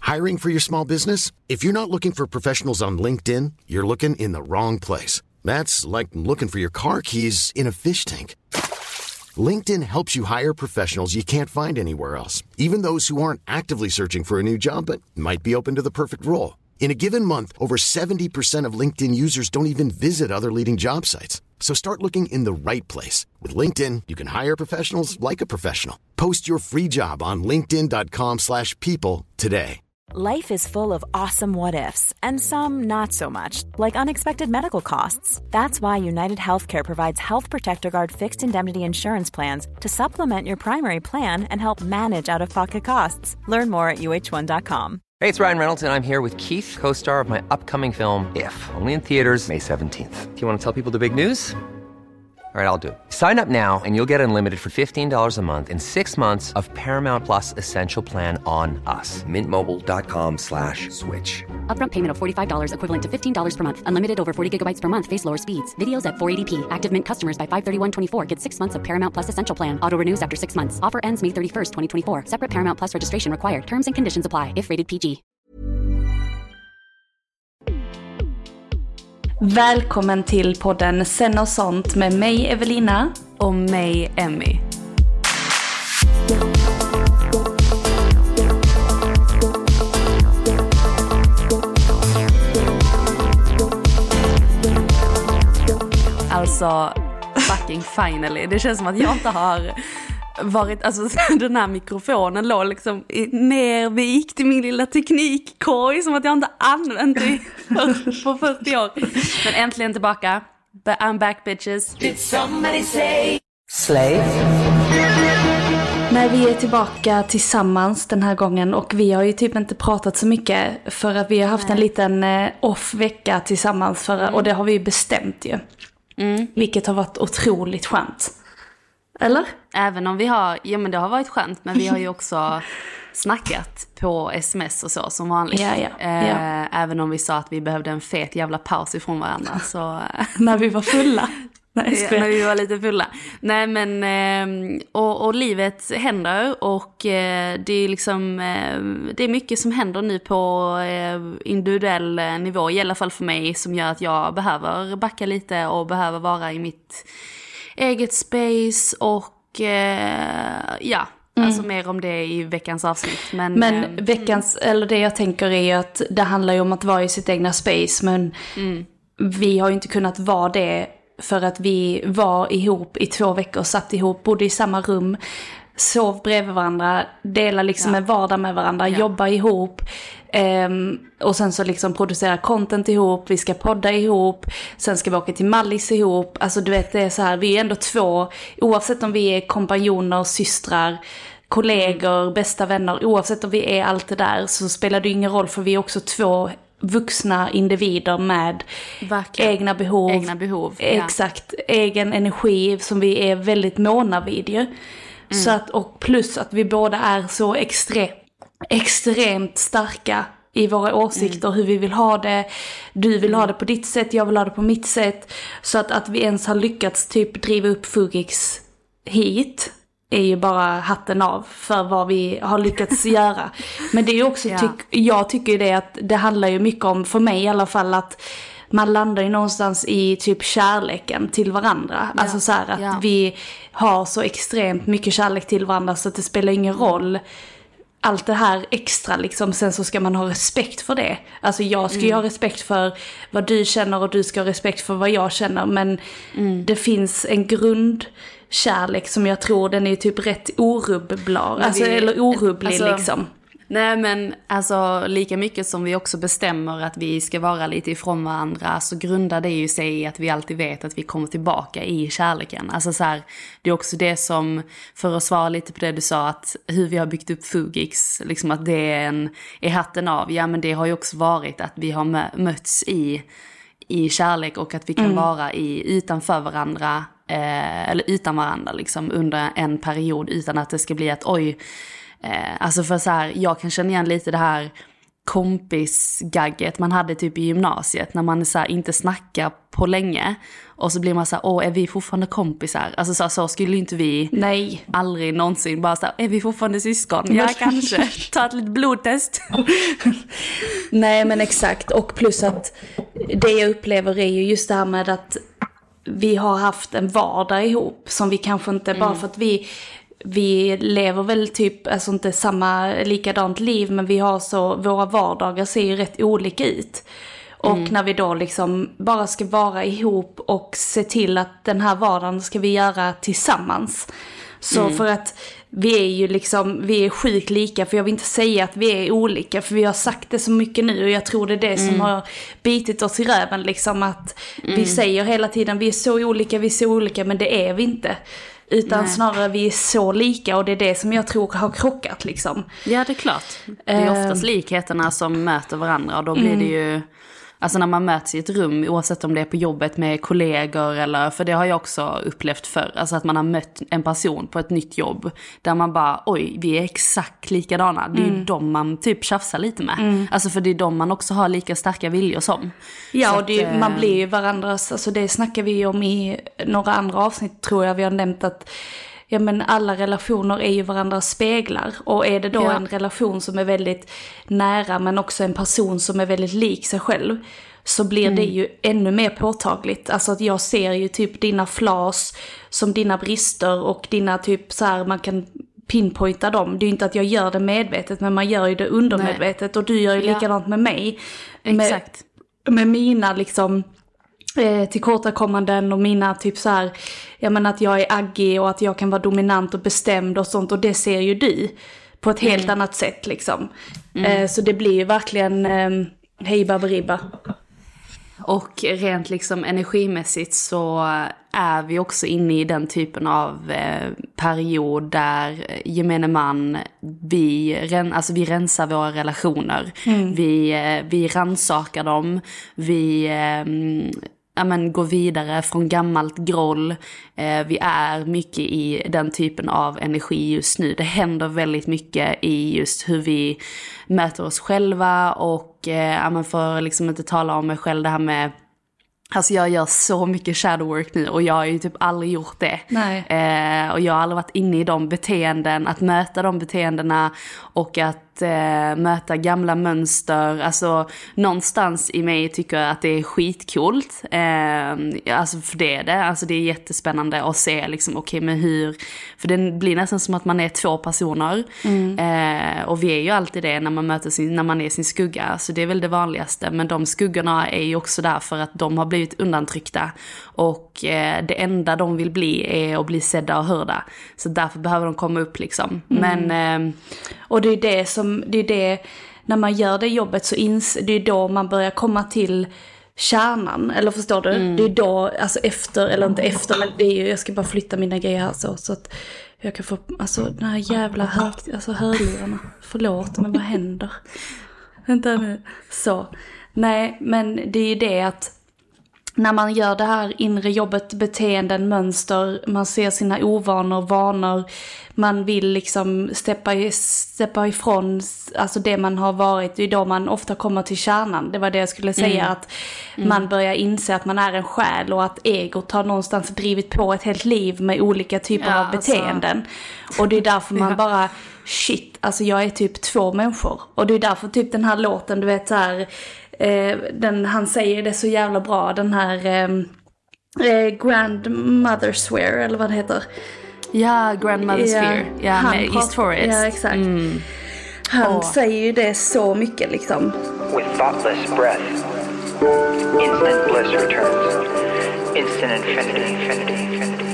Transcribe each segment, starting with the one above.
Hiring for your small business? If you're not looking for professionals on LinkedIn, you're looking in the wrong place. That's like looking for your car keys in a fish tank. LinkedIn helps you hire professionals you can't find anywhere else, even those who aren't actively searching for a new job but might be open to the perfect role. In a given month, over 70% of LinkedIn users don't even visit other leading job sites. So start looking in the right place. With LinkedIn, you can hire professionals like a professional. Post your free job on linkedin.com/people today. Life is full of awesome what-ifs, and some not so much, like unexpected medical costs. That's why United Healthcare provides Health Protector Guard fixed indemnity insurance plans to supplement your primary plan and help manage out-of-pocket costs. Learn more at uh1.com. Hey, it's Ryan Reynolds, and I'm here with Keith, co-star of my upcoming film, If, only in theaters May 17th. Do you want to tell people the big news? All right, I'll do it. Sign up now and you'll get unlimited for $15 a month and 6 months of Paramount Plus Essential Plan on us. Mintmobile.com/switch. Upfront payment of $45 equivalent to $15 per month. Unlimited over 40 gigabytes per month. Face lower speeds. Videos at 480p. Active Mint customers by 531.24 get 6 months of Paramount Plus Essential Plan. Auto renews after 6 months. Offer ends May 31st, 2024. Separate Paramount Plus registration required. Terms and conditions apply if rated PG. Välkommen till podden Sen och sånt med mig Evelina och mig Emmy. Alltså fucking finally. Det känns som att jag inte har varit, alltså den här mikrofonen låg liksom nervikt i min lilla teknikkorg som att jag inte använt det på 40 år. Men äntligen tillbaka. I'm back bitches. Did somebody say Slave? När vi är tillbaka tillsammans den här gången, och vi har ju typ inte pratat så mycket för att vi har haft en liten off-vecka tillsammans för, och det har vi ju bestämt ju. Vilket har varit otroligt skönt. Eller? Även om vi har, ja men det har varit skönt, men vi har ju också snackat på sms och så som vanligt. Ja. Även om vi sa att vi behövde en fet jävla paus ifrån varandra. Så när vi var fulla. Nej, när vi var lite fulla. Nej men, och livet händer, och det är liksom, det är mycket som händer nu på individuell nivå, i alla fall för mig, som gör att jag behöver backa lite och behöver vara i mitt eget space, och alltså mer om det i veckans avsnitt. Men veckans, eller det jag tänker är att det handlar ju om att vara i sitt egna space, men vi har ju inte kunnat vara det för att vi var ihop i 2 veckor, satt ihop, bodde i samma rum, sov bredvid varandra, delar liksom en vardag med varandra, jobbar ihop, och sen så liksom producera content ihop, vi ska podda ihop, sen ska vi åka till Mallis ihop. Alltså du vet, det är så här, vi är ändå 2, oavsett om vi är kompanjoner, systrar, kollegor, bästa vänner, oavsett om vi är allt det där, så spelar det ingen roll, för vi är också 2 vuxna individer med egna behov, exakt, egen energi som vi är väldigt måna vid ju. Så att, och plus att vi båda är så extremt starka i våra åsikter, hur vi vill ha det. Du vill ha det på ditt sätt, jag vill ha det på mitt sätt. Så att vi ens har lyckats typ driva upp Fugix hit är ju bara hatten av för vad vi har lyckats göra. Men det är ju också, jag tycker ju det, att det handlar ju mycket om, för mig i alla fall, att man landar ju någonstans i typ kärleken till varandra. Alltså så här att vi har så extremt mycket kärlek till varandra så att det spelar ingen roll. Allt det här extra liksom, sen så ska man ha respekt för det. Alltså jag ska ju ha respekt för vad du känner, och du ska ha respekt för vad jag känner. Men det finns en grundkärlek som jag tror, den är typ rätt orubblar. Alltså, eller orubblig liksom. Nej men alltså lika mycket som vi också bestämmer att vi ska vara lite ifrån varandra, så grundar det ju sig i att vi alltid vet att vi kommer tillbaka i kärleken. Alltså så här, det är också det som, för att svara lite på det du sa, att hur vi har byggt upp Fugix, liksom att det är hatten av. Ja men det har ju också varit att vi har mötts i kärlek, och att vi kan vara utanför varandra, eller utan varandra liksom, under en period, utan att det ska bli att oj. Alltså för så här, jag kan känna igen lite det här kompisgagget man hade typ i gymnasiet när man så här, inte snackar på länge och så blir man så här, är vi fortfarande kompisar? Alltså så skulle inte vi aldrig någonsin bara så här, är vi fortfarande syskon? Ja, kanske. Ta ett litet blodtest. Nej, men exakt. Och plus att det jag upplever är ju just det här med att vi har haft en vardag ihop som vi kanske inte, bara för att vi lever väl typ, alltså inte samma likadant liv, men vi har så, våra vardagar ser ju rätt olika ut. Och när vi då liksom bara ska vara ihop och se till att den här vardagen ska vi göra tillsammans. Så för att vi är ju liksom, vi är sjukt lika, för jag vill inte säga att vi är olika, för vi har sagt det så mycket nu och jag tror det är det som har bitit oss i röven liksom, att vi säger hela tiden vi är så olika, men det är vi inte. Utan snarare vi är så lika, och det är det som jag tror har krockat liksom. Ja, det är klart. Det är oftast likheterna som möter varandra, och då blir det ju, alltså när man möts i ett rum, oavsett om det är på jobbet med kollegor eller, för det har jag också upplevt förr, alltså att man har mött en person på ett nytt jobb där man bara, oj, vi är exakt likadana. Det är ju de man typ tjafsar lite med. Alltså för det är de man också har lika starka viljor som. Ja, så och det, man blir ju varandras, alltså det snackar vi om i några andra avsnitt, tror jag vi har nämnt att ja, men alla relationer är ju varandras speglar. Och är det då en relation som är väldigt nära, men också en person som är väldigt lik sig själv, så blir det ju ännu mer påtagligt. Alltså att jag ser ju typ dina flas som dina brister, och dina typ så här, man kan pinpointa dem. Det är ju inte att jag gör det medvetet, men man gör ju det undermedvetet. Och du gör ju likadant med mig. Exakt. Med mina liksom tillkortakommanden och mina typ så här, jag menar att jag är aggig och att jag kan vara dominant och bestämd och sånt, och det ser ju du på ett helt annat sätt liksom. Så det blir ju verkligen hej baberiba. Och rent liksom energimässigt så är vi också inne i den typen av period där gemene man, vi rensar våra relationer. Vi rannsakar dem. Vi går vidare från gammalt groll. Vi är mycket i den typen av energi just nu. Det händer väldigt mycket i just hur vi möter oss själva, och för liksom inte tala om mig själv, det här med, alltså jag gör så mycket shadow work nu, och jag har ju typ aldrig gjort det. Och jag har aldrig varit inne i de beteenden, att möta de beteendena och att möta gamla mönster. Alltså någonstans i mig tycker jag att det är skitcoolt. Alltså för det är det. Alltså det är jättespännande att se liksom, okej, men hur, för det blir nästan som att man är två personer. Och vi är ju alltid det när man möter när man är sin skugga. Så det är väl det vanligaste. Men de skuggorna är ju också där för att de har blivit undantryckta. Och det enda de vill bli är att bli sedda och hörda. Så därför behöver de komma upp liksom. Men och det är det som, det är det, när man gör det jobbet så det är då man börjar komma till kärnan, eller förstår du? Det är då, alltså efter, eller inte efter, men det är ju, jag ska bara flytta mina grejer här så att jag kan få, alltså den här jävla hörlurarna, förlåt, men vad händer? Vänta nu, så. Nej, men det är ju det att när man gör det här inre jobbet, beteenden, mönster, man ser sina ovanor, vanor, man vill liksom steppa ifrån alltså det man har varit, det är då man ofta kommer till kärnan. Det var det jag skulle säga, att man börjar inse att man är en själ, och att egot har någonstans drivit på ett helt liv med olika typer av beteenden. Alltså. Och det är därför man bara, shit, alltså jag är typ två människor. Och det är därför typ den här låten, du vet så här, han säger det så jävla bra, den här Grandmother Swear, eller vad det heter. Ja, Grandmother Sphere. Ja, med East Forest. Ja, exakt. Han säger ju det så mycket liksom. With thoughtless breath, instant bliss returns. Instant infinity, infinity, infinity.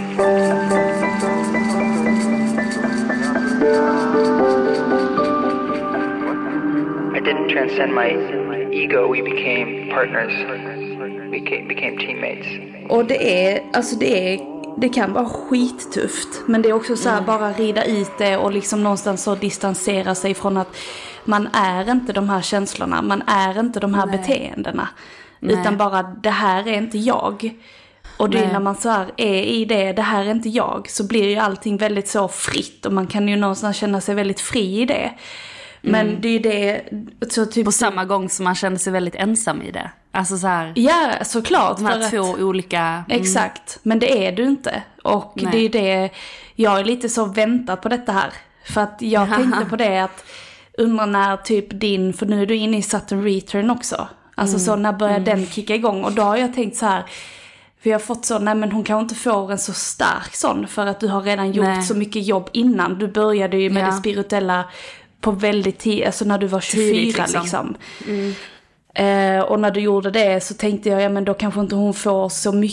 I didn't transcend my ego. We became partners. We became teammates. Och det kan vara skittufft, men det är också så här, bara rida ut det och liksom någonstans så distansera sig från att man är inte de här känslorna, man är inte de här beteendena, utan bara det här är inte jag. Och det är när man så här är i det här är inte jag, så blir ju allting väldigt så fritt, och man kan ju någonstans känna sig väldigt fri i det. Men det är ju det så typ, på samma gång som man kände sig väldigt ensam i det. Alltså så här, ja, såklart. de här två olika... Exakt, men det är du inte. Och det är ju det, jag är lite så väntat på detta här. För att jag tänkte på det att undrar när typ din, för nu är du inne i Saturn Return också. Alltså så när börjar den kicka igång? Och då har jag tänkt så här, för jag har fått så, nej men hon kan inte få en så stark sån för att du har redan gjort så mycket jobb innan. Du började ju med det spirituella på väldigt tid, alltså när du var 24 liksom. Och när du gjorde det så tänkte jag, ja men då kanske inte hon får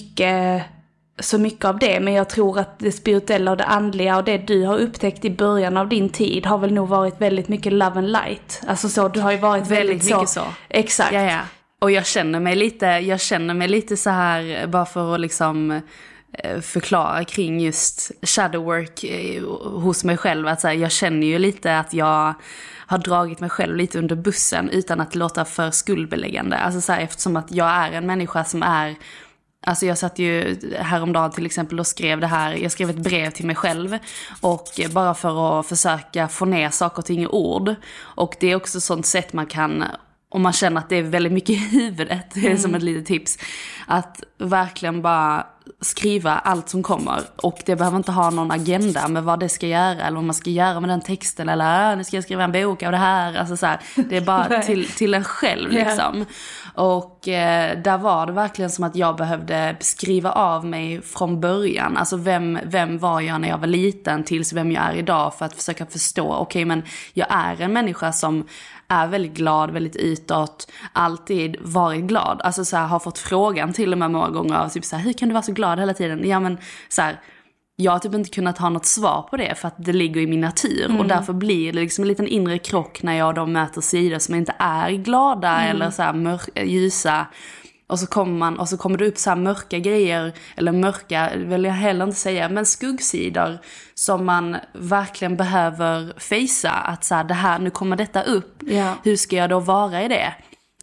så mycket av det, men jag tror att det spirituella och det andliga och det du har upptäckt i början av din tid har väl nog varit väldigt mycket love and light. Alltså så, du har ju varit väldigt mycket så. Exakt. Ja. Och jag känner mig lite så här, bara för att liksom förklara kring just shadow work hos mig själv, att så här, jag känner ju lite att jag har dragit mig själv lite under bussen utan att låta för skuldbeläggande. Alltså så här, eftersom att jag är en människa som är, alltså jag satt ju häromdagen till exempel och skrev det här, jag skrev ett brev till mig själv och bara för att försöka få ner saker och ting i ord. Och det är också sånt sätt man kan, om man känner att det är väldigt mycket i huvudet, det är som ett litet tips, att verkligen bara skriva allt som kommer. Och det behöver inte ha någon agenda med vad det ska göra eller vad man ska göra med den texten, eller nu ska jag skriva en bok av det här, alltså så här, det är bara till en själv liksom. Och där var det verkligen som att jag behövde skriva av mig från början, alltså vem var jag när jag var liten tills vem jag är idag, för att försöka förstå, okej, men jag är en människa som är väldigt glad, väldigt utåt, alltid varit glad. Alltså så här, har fått frågan till och med många gånger, typ så här, hur kan du vara så glad hela tiden? Ja men så här, jag har typ inte kunnat ha något svar på det för att det ligger i min natur. Och därför blir det liksom en liten inre krock när jag då möter sidor som inte är glada eller så här ljusa. Och så kommer det upp så här mörka grejer, eller mörka vill jag heller inte säga, men skuggsidor som man verkligen behöver fejsa, att så här, det här, nu kommer detta upp. Hur ska jag då vara i det?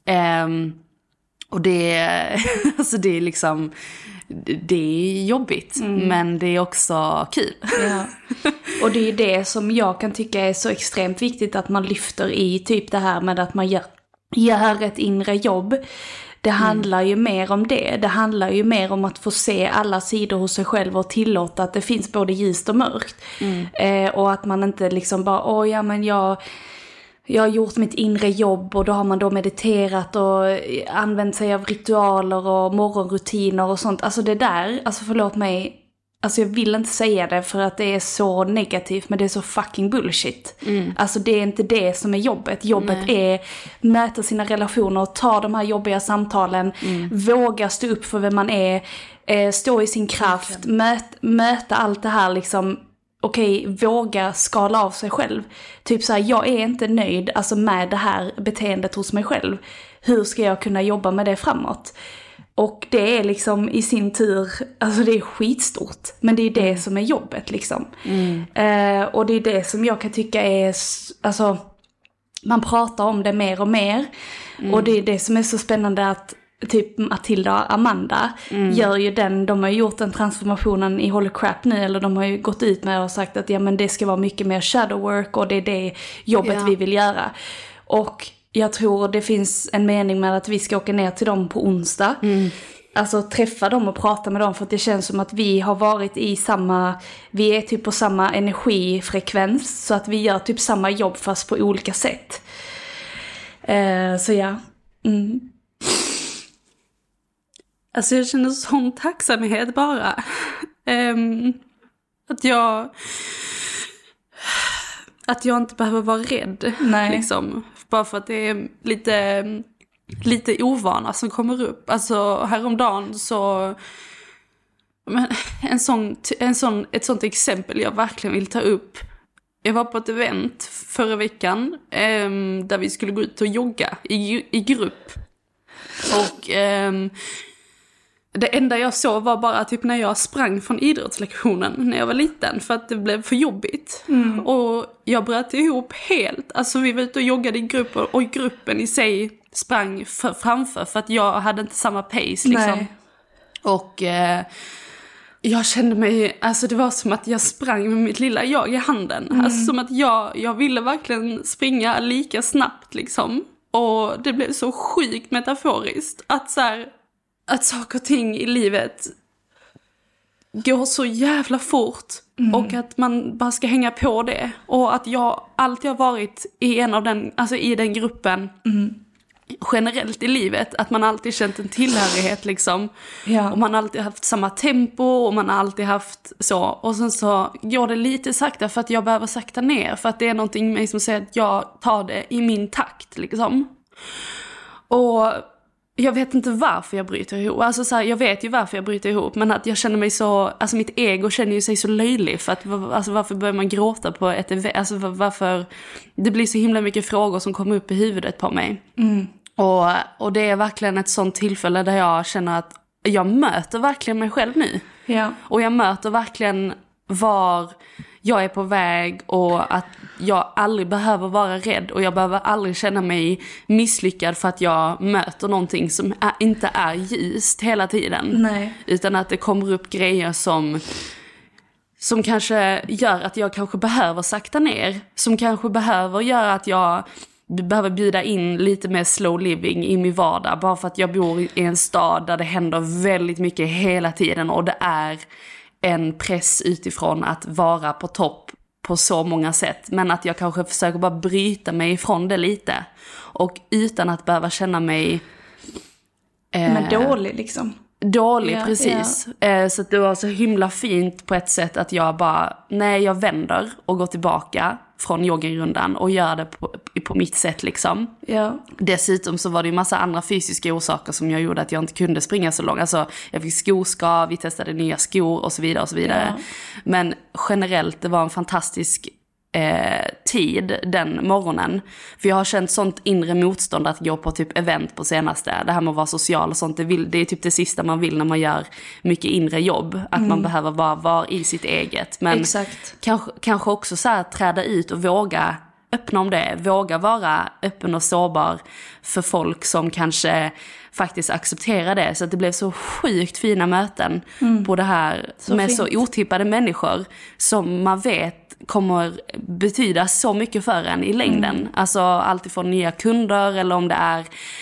Och det alltså det är liksom, det är jobbigt, men det är också kul. Och det är det som jag kan tycka är så extremt viktigt, att man lyfter i typ det här med att man gör ett inre jobb. Det handlar ju mer om det. Det handlar ju mer om att få se alla sidor hos sig själv och tillåta att det finns både ljust och mörkt. Och att man inte liksom bara, ja men jag har gjort mitt inre jobb, och då har man då mediterat och använt sig av ritualer och morgonrutiner och sånt. Alltså det där, alltså förlåt mig, alltså jag vill inte säga det för att det är så negativt, men det är så fucking bullshit. Alltså det är inte det som är jobbet. Jobbet är möta sina relationer och ta de här jobbiga samtalen, våga stå upp för vem man är, stå i sin kraft, möta allt det här liksom. Okej, våga skala av sig själv. Typ så här, jag är inte nöjd alltså med det här beteendet hos mig själv. Hur ska jag kunna jobba med det framåt? Och det är liksom i sin tur, alltså det är skitstort. Men det är det som är jobbet liksom. Och det är det som jag kan tycka är, alltså man pratar om det mer och mer. Och det är det som är så spännande, att typ Matilda och Amanda gör ju de har gjort den transformationen i Holy Crap nu, eller de har ju gått ut med och sagt att ja men det ska vara mycket mer shadow work, och det är det jobbet vi vill göra. Och jag tror det finns en mening med att vi ska åka ner till dem på onsdag. Alltså träffa dem och prata med dem, för att det känns som att vi har varit vi är typ på samma energifrekvens, så att vi gör typ samma jobb fast på olika sätt. Så ja. Alltså jag känner sån tacksamhet bara. Att jag inte behöver vara rädd. Nej. Liksom. Bara för att det är lite ovana som kommer upp. Alltså häromdagen så... Men ett sånt exempel jag verkligen vill ta upp. Jag var på ett event förra veckan där vi skulle gå ut och jogga i grupp. Och... det enda jag såg var bara typ när jag sprang från idrottslektionen när jag var liten, för att det blev för jobbigt. Och jag bröt ihop helt. Alltså vi var ute och joggade i grupp, och gruppen i sig sprang framför, för att jag hade inte samma pace liksom. Och jag kände mig, alltså det var som att jag sprang med mitt lilla jag i handen. Alltså som att jag ville verkligen springa lika snabbt liksom. Och det blev så sjukt metaforiskt att så här, att saker och ting i livet går så jävla fort och att man bara ska hänga på det. Och att jag alltid har varit i i den gruppen generellt i livet, att man alltid känt en tillhörighet liksom. Ja. Och man har alltid haft samma tempo och man har alltid haft så. Och sen så går det lite sakta för att jag behöver sakta ner, för att det är någonting med mig som säger att jag tar det i min takt liksom. Och jag vet inte varför jag bryter ihop. Alltså så här, jag vet ju varför jag bryter ihop, men att jag känner mig så, alltså mitt ego känner ju sig så löjlig för att, alltså varför börjar man gråta på ett event, alltså varför det blir så himla mycket frågor som kommer upp i huvudet på mig. Och det är verkligen ett sånt tillfälle där jag känner att jag möter verkligen mig själv nu. Ja. Och jag möter verkligen var jag är på väg och att jag aldrig behöver vara rädd och jag behöver aldrig känna mig misslyckad för att jag möter någonting som inte är ljust hela tiden. Nej. Utan att det kommer upp grejer som kanske gör att jag kanske behöver sakta ner. Som kanske behöver göra att jag behöver bjuda in lite mer slow living i min vardag. Bara för att jag bor i en stad där det händer väldigt mycket hela tiden och det är en press utifrån att vara på topp på så många sätt. Men att jag kanske försöker bara bryta mig ifrån det lite. Och utan att behöva känna mig men dålig liksom. Dålig, precis. Ja. Så att det var så himla fint på ett sätt att jag bara, nej, jag vänder och går tillbaka från joggingrundan och gör det på mitt sätt liksom. Ja. Dessutom så var det ju massa andra fysiska orsaker som jag gjorde att jag inte kunde springa så långt. Alltså jag fick skoskav, vi testade nya skor och så vidare och så vidare. Ja. Men generellt, det var en fantastisk tid den morgonen. För jag har känt sånt inre motstånd att gå på typ event på senaste. Det här med att vara social och sånt, det är typ det sista man vill när man gör mycket inre jobb. Att man behöver vara i sitt eget. Men kanske också så här, träda ut och våga öppna om det. Våga vara öppen och sårbar för folk som kanske faktiskt accepterar det. Så att det blev så sjukt fina möten på det här så med fint. Så otippade människor som man vet kommer betyda så mycket för en i längden. Alltså allt ifrån nya kunder eller om det är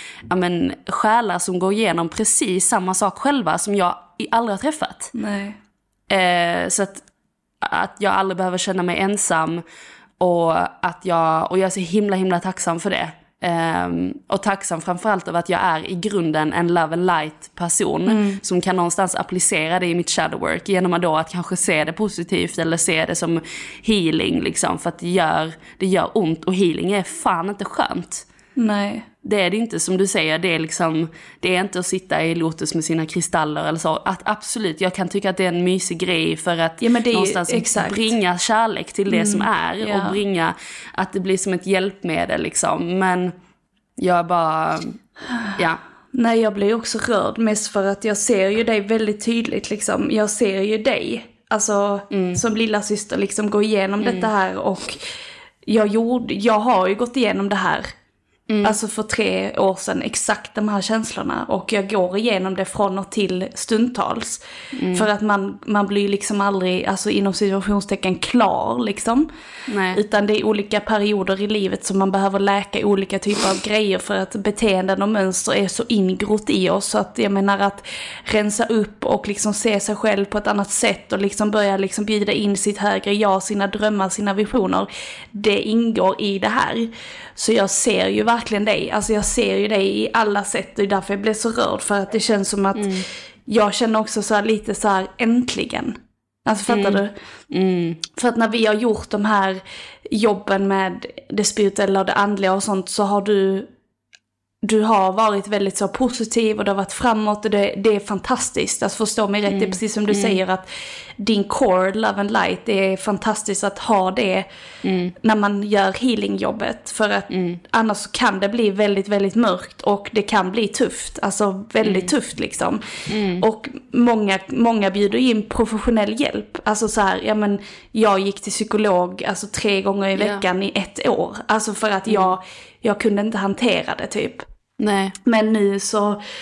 själar som går igenom precis samma sak själva som jag aldrig har träffat. Nej. Så att jag aldrig behöver känna mig ensam och jag är så himla tacksam för det. Och tacksam framförallt över att jag är i grunden en love and light person som kan någonstans applicera det i mitt shadow work genom att kanske se det positivt eller se det som healing liksom, för att det gör ont och healing är fan inte skönt. Nej. Det är det inte, som du säger, det är inte att sitta i lotus med sina kristaller eller så. Att absolut, jag kan tycka att det är en mysig grej för att någonstans bringa kärlek till det som är och bringa att det blir som ett hjälpmedel liksom. Men jag bara, Nej, jag blir också rörd mest för att jag ser ju dig väldigt tydligt liksom. Jag ser ju dig, alltså som lilla syster liksom gå igenom detta här och jag har ju gått igenom det här. Alltså för 3 år sedan, exakt de här känslorna. Och jag går igenom det från och till stundtals. För att man blir liksom aldrig, alltså inom situationstecken klar liksom. Nej. Utan det är olika perioder i livet som man behöver läka olika typer av grejer. För att beteenden och mönster är så ingrott i oss. Så att jag menar att rensa upp och liksom se sig själv på ett annat sätt. Och liksom börja liksom bjuda in sitt högre jag, sina drömmar, sina visioner. Det ingår i det här. Så jag ser ju verkligen dig. Alltså jag ser ju dig i alla sätt. Och därför jag blev så rörd. För att det känns som att jag känner också så här lite så här äntligen. Alltså fattar du? För att när vi har gjort de här jobben med det spirituella och det andliga och sånt, så har du har varit väldigt så positiv och det har varit framåt och det är fantastiskt. Alltså förstå mig rätt, det är precis som du säger att din core, love and light, det är fantastiskt att ha det när man gör healingjobbet. För att annars kan det bli väldigt, väldigt mörkt och det kan bli tufft. Alltså väldigt tufft liksom. Och många bjuder in professionell hjälp. Alltså så här, jag gick till psykolog alltså 3 gånger i veckan i 1 år. Alltså för att jag kunde inte hantera det typ. Nej. Men nu så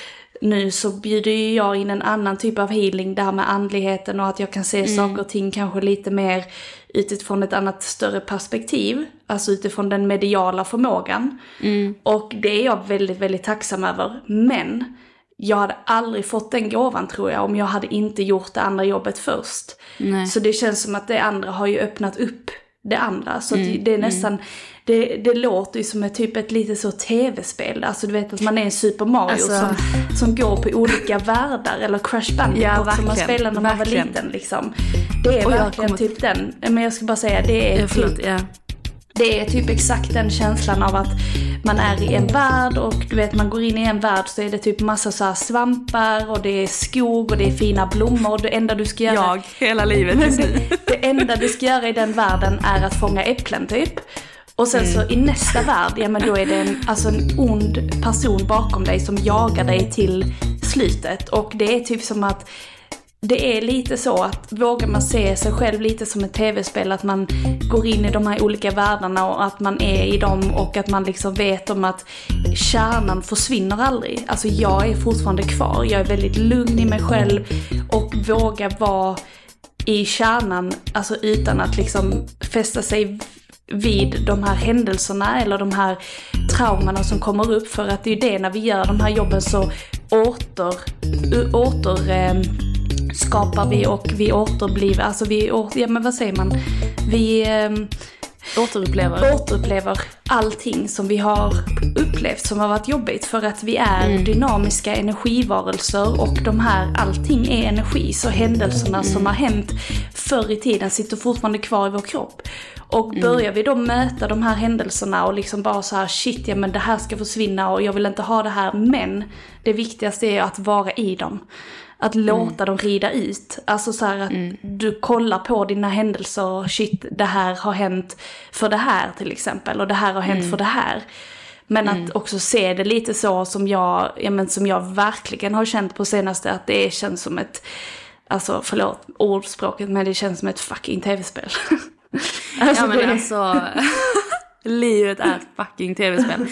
nu så bjuder ju jag in en annan typ av healing, det här med andligheten och att jag kan se saker och ting kanske lite mer utifrån ett annat större perspektiv, alltså utifrån den mediala förmågan. Och det är jag väldigt, väldigt tacksam över. Men jag hade aldrig fått den gåvan, tror jag, om jag hade inte gjort det andra jobbet först. Nej. Så det känns som att det andra har ju öppnat upp det andra. Så det är nästan, det låter ju som ett lite så tv-spel. Alltså du vet att man är en Super Mario som går på olika världar. Eller Crash Bandicoot som man spelade när man var liten liksom. Det är verkligen typ den. Men jag ska bara säga, det är det är typ exakt den känslan av att man är i en värld och du vet, man går in i en värld så är det typ massa så här svampar och det är skog och det är fina blommor och det enda du ska göra... hela livet. Det enda du ska göra i den världen är att fånga äpplen typ. Och sen så i nästa värld, ja men då är det en ond person bakom dig som jagar dig till slutet. Och det är typ som att det är lite så att vågar man se sig själv lite som ett tv-spel, att man går in i de här olika världarna och att man är i dem och att man liksom vet om att kärnan försvinner aldrig. Alltså jag är fortfarande kvar, jag är väldigt lugn i mig själv och vågar vara i kärnan, alltså utan att liksom fästa sig vid de här händelserna eller de här traumorna som kommer upp, för att det är ju det, när vi gör de här jobben så skapar vi och vi återblir, alltså vi återupplever allting som vi har upplevt som har varit jobbigt, för att vi är dynamiska energivarelser och allting är energi, så händelserna som har hänt förr i tiden sitter fortfarande kvar i vår kropp. Och börjar vi då möta de här händelserna och liksom bara så här, shit, ja men det här ska försvinna och jag vill inte ha det här, men det viktigaste är att vara i dem. Att låta dem rida ut. Alltså så här att du kollar på dina händelser och shit, det här har hänt för det här till exempel. Och det här har hänt för det här. Men att också se det lite så som jag verkligen har känt på senaste. Att det känns som ett, alltså förlåt ordspråket, men det känns som ett fucking tv-spel. Alltså, ja men alltså, livet är fucking tv-spel.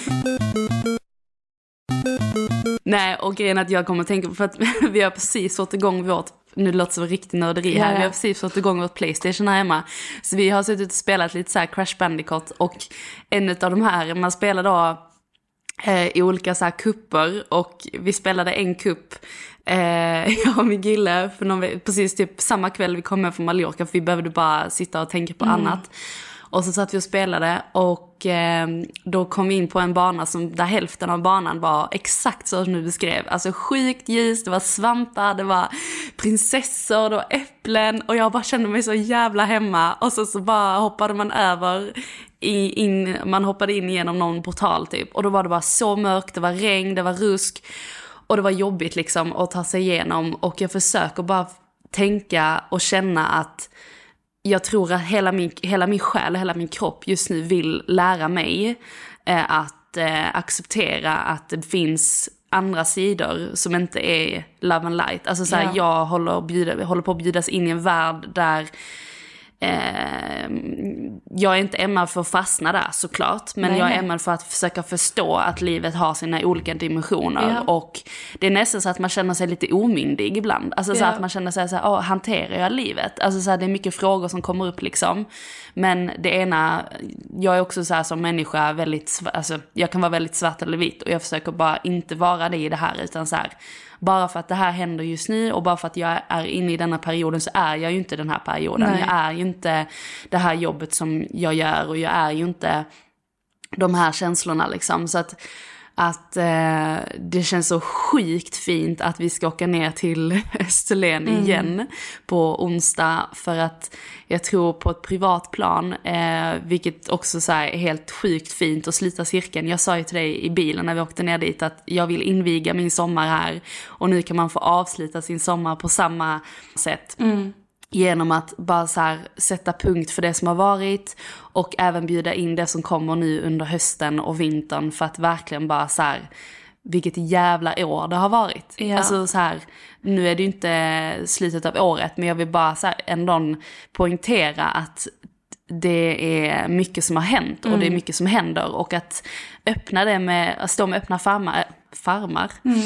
Nej, och grejen att jag kommer att tänka på, för att vi har precis fått igång vårt, nu låter det så riktigt nörderi här, vi har precis fått igång vårt PlayStation här hemma. Så vi har suttit och spelat lite så här Crash Bandicoot, och en av de här, man spelar då i olika så här kupper, och vi spelade en kupp, jag och min gille, för precis typ samma kväll vi kom med från Mallorca, för vi behövde bara sitta och tänka på annat. Och så satt vi och spelade, och då kom vi in på en bana där hälften av banan var exakt så som du beskrev. Alltså sjukt ljus, det var svampar, det var prinsessor, det var äpplen, och jag bara kände mig så jävla hemma. Och så bara hoppade man över, man hoppade in genom någon portal typ. Och då var det bara så mörkt, det var regn, det var rusk. Och det var jobbigt liksom att ta sig igenom. Och jag försöker bara tänka och känna att jag tror att hela min själ och hela min kropp just nu vill lära mig att acceptera att det finns andra sidor som inte är love and light. Alltså så här, jag håller på att bjudas in i en värld där jag är inte ämnad för att fastna där såklart, men jag är ämnad för att försöka förstå att livet har sina olika dimensioner, och det är nästan så att man känner sig lite omyndig ibland, alltså så att man känner sig så här, hanterar jag livet? Alltså så här, det är mycket frågor som kommer upp liksom, men det ena, jag är också så här som människa väldigt, alltså jag kan vara väldigt svart eller vitt, och jag försöker bara inte vara det i det här, utan så här, bara för att det här händer just nu och bara för att jag är inne i denna perioden, så är jag ju inte den här perioden. Nej. Jag är ju inte det här jobbet som jag gör, och jag är ju inte de här känslorna liksom. Så att det känns så sjukt fint att vi ska åka ner till Österlen igen på onsdag, för att jag tror på ett privat plan, vilket också så här är helt sjukt fint att sluta cirkeln. Jag sa ju till dig i bilen när vi åkte ner dit att jag vill inviga min sommar här, och nu kan man få avsluta sin sommar på samma sätt. Genom att bara så här sätta punkt för det som har varit, och även bjuda in det som kommer nu under hösten och vintern, för att verkligen bara så här, vilket jävla år det har varit. Alltså så här, nu är det ju inte slutet av året, men jag vill bara så här ändå poängtera att det är mycket som har hänt, och det är mycket som händer, och att öppna det med, att stå med öppna farmar.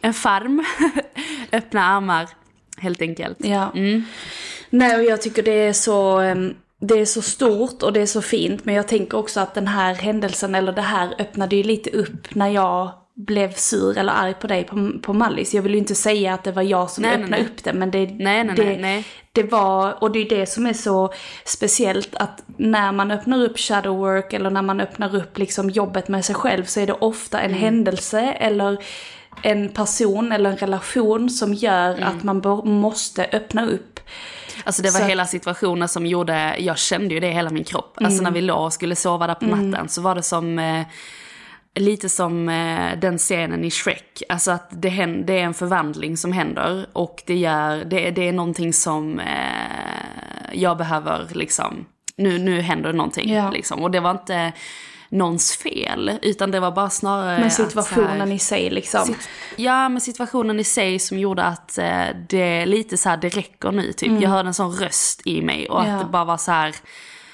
En farm. Öppna armar, helt enkelt. Ja. Nej, och jag tycker det är så stort och det är så fint. Men jag tänker också att den här händelsen eller det här öppnade ju lite upp när jag blev sur eller arg på dig på Mallis. Jag vill ju inte säga att det var jag som öppnade upp det, men det var, och det är det som är så speciellt, att när man öppnar upp shadow work eller när man öppnar upp liksom jobbet med sig själv, så är det ofta en händelse eller en person eller en relation som gör att man måste öppna upp. Alltså det var hela situationen som gjorde, jag kände ju det i hela min kropp. Alltså när vi låg och skulle sova där på natten så var det som lite som den scenen i Shrek. Alltså att det är en förvandling som händer, och det är någonting som jag behöver liksom, nu händer någonting liksom. Och det var inte någons fel, utan det var bara snarare men situationen i sig liksom. Men situationen i sig som gjorde att det är lite så här, det räcker nu typ. Jag hörde en sån röst i mig och att det bara var så här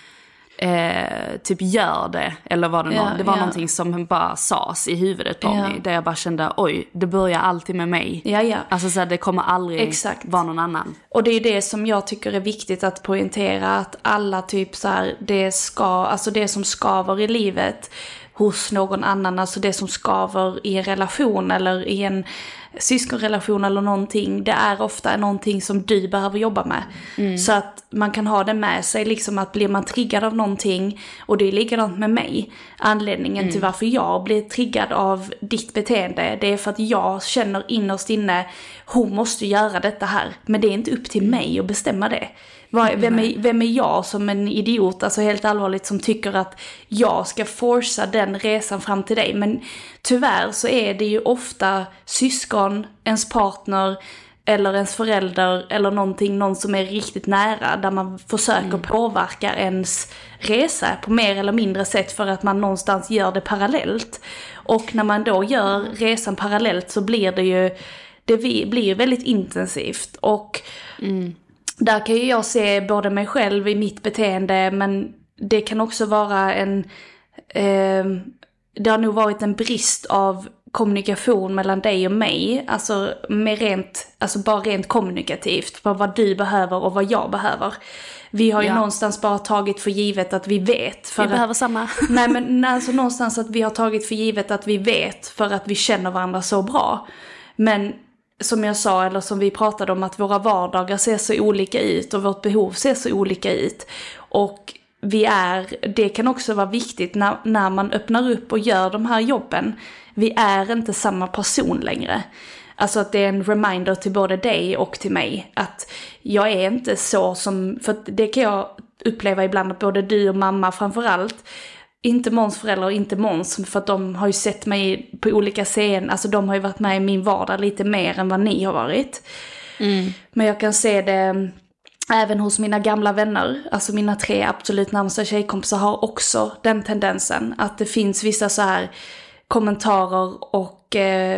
typ gör det, eller var det det var någonting som bara sas i huvudet på mig, där jag bara kände, oj, det börjar alltid med mig. Alltså så här, det kommer aldrig vara någon annan. Och det är det som jag tycker är viktigt att poängtera, att alla typ så här, det som skaver i livet hos någon annan, alltså det som skaver i en relation eller i en syskonrelation eller någonting, det är ofta någonting som du behöver jobba med. Så att man kan ha det med sig liksom, att blir man triggad av någonting, och det är likadant med mig, anledningen till varför jag blir triggad av ditt beteende, det är för att jag känner innerst inne, hon måste göra detta här, men det är inte upp till mig att bestämma det. Vem är jag som en idiot, alltså helt allvarligt, som tycker att jag ska forsa den resan fram till dig? Men tyvärr så är det ju ofta syskon, ens partner eller ens förälder eller någon som är riktigt nära, där man försöker påverka ens resa på mer eller mindre sätt, för att man någonstans gör det parallellt. Och när man då gör resan parallellt så blir det blir väldigt intensivt, och där kan ju jag se både mig själv i mitt beteende, men det kan också vara det har nog varit en brist av kommunikation mellan dig och mig, alltså bara rent kommunikativt, på vad du behöver och vad jag behöver. Vi har ju någonstans bara tagit för givet att vi vet. Vi behöver samma. Nej, men alltså någonstans att vi har tagit för givet att vi vet, för att vi känner varandra så bra. Men som jag sa, eller som vi pratade om, att våra vardagar ser så olika ut och vårt behov ser så olika ut. Och det kan också vara viktigt när man öppnar upp och gör de här jobben. Vi är inte samma person längre. Alltså att det är en reminder till både dig och till mig, att jag är inte så som, för det kan jag uppleva ibland, att både du och mamma framförallt, inte Måns föräldrar och inte Måns, för att de har ju sett mig på olika scener, alltså de har ju varit med i min vardag lite mer än vad ni har varit. Men jag kan se det även hos mina gamla vänner, alltså mina 3 absolut närmsta tjejkompisar har också den tendensen, att det finns vissa så här kommentarer och